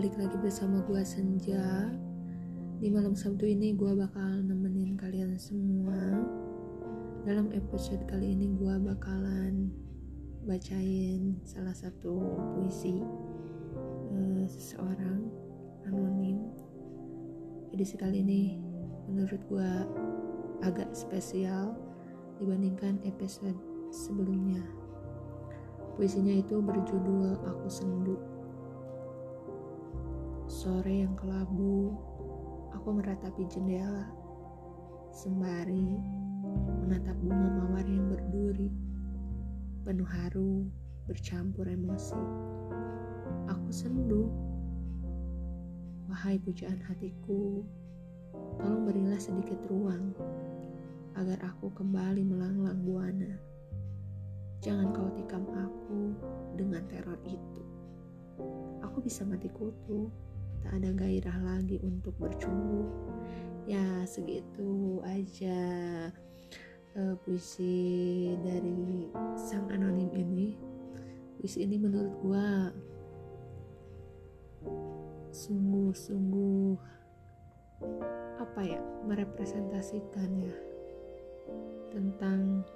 balik lagi bersama gua Senja. Di malam Sabtu ini gua bakal nemenin kalian semua. Dalam episode kali ini gua bakalan bacain salah satu puisi seseorang anonim. Edisi kali ini menurut gua agak spesial dibandingkan episode sebelumnya. Puisinya itu berjudul Aku Sendu. Sore yang kelabu, aku meratapi jendela, sembari menatap bunga mawar yang berduri, penuh haru bercampur emosi. Aku sendu, wahai pujaan hatiku, tolong berilah sedikit ruang, agar aku kembali melanglang buana. Jangan kau tikam aku dengan teror itu. Aku bisa mati kutu, tak ada gairah lagi untuk bercumbu. Ya segitu aja puisi dari sang anonim ini. Puisi ini menurut gua sungguh-sungguh merepresentasikan ya tentang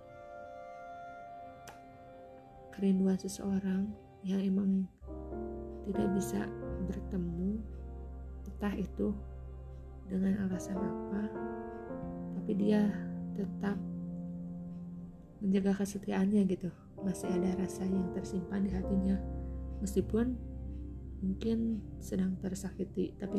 kerinduan seseorang yang emang tidak bisa bertemu, entah itu dengan alasan apa, tapi dia tetap menjaga kesetiaannya gitu. Masih ada rasa yang tersimpan di hatinya, meskipun mungkin sedang tersakiti, tapi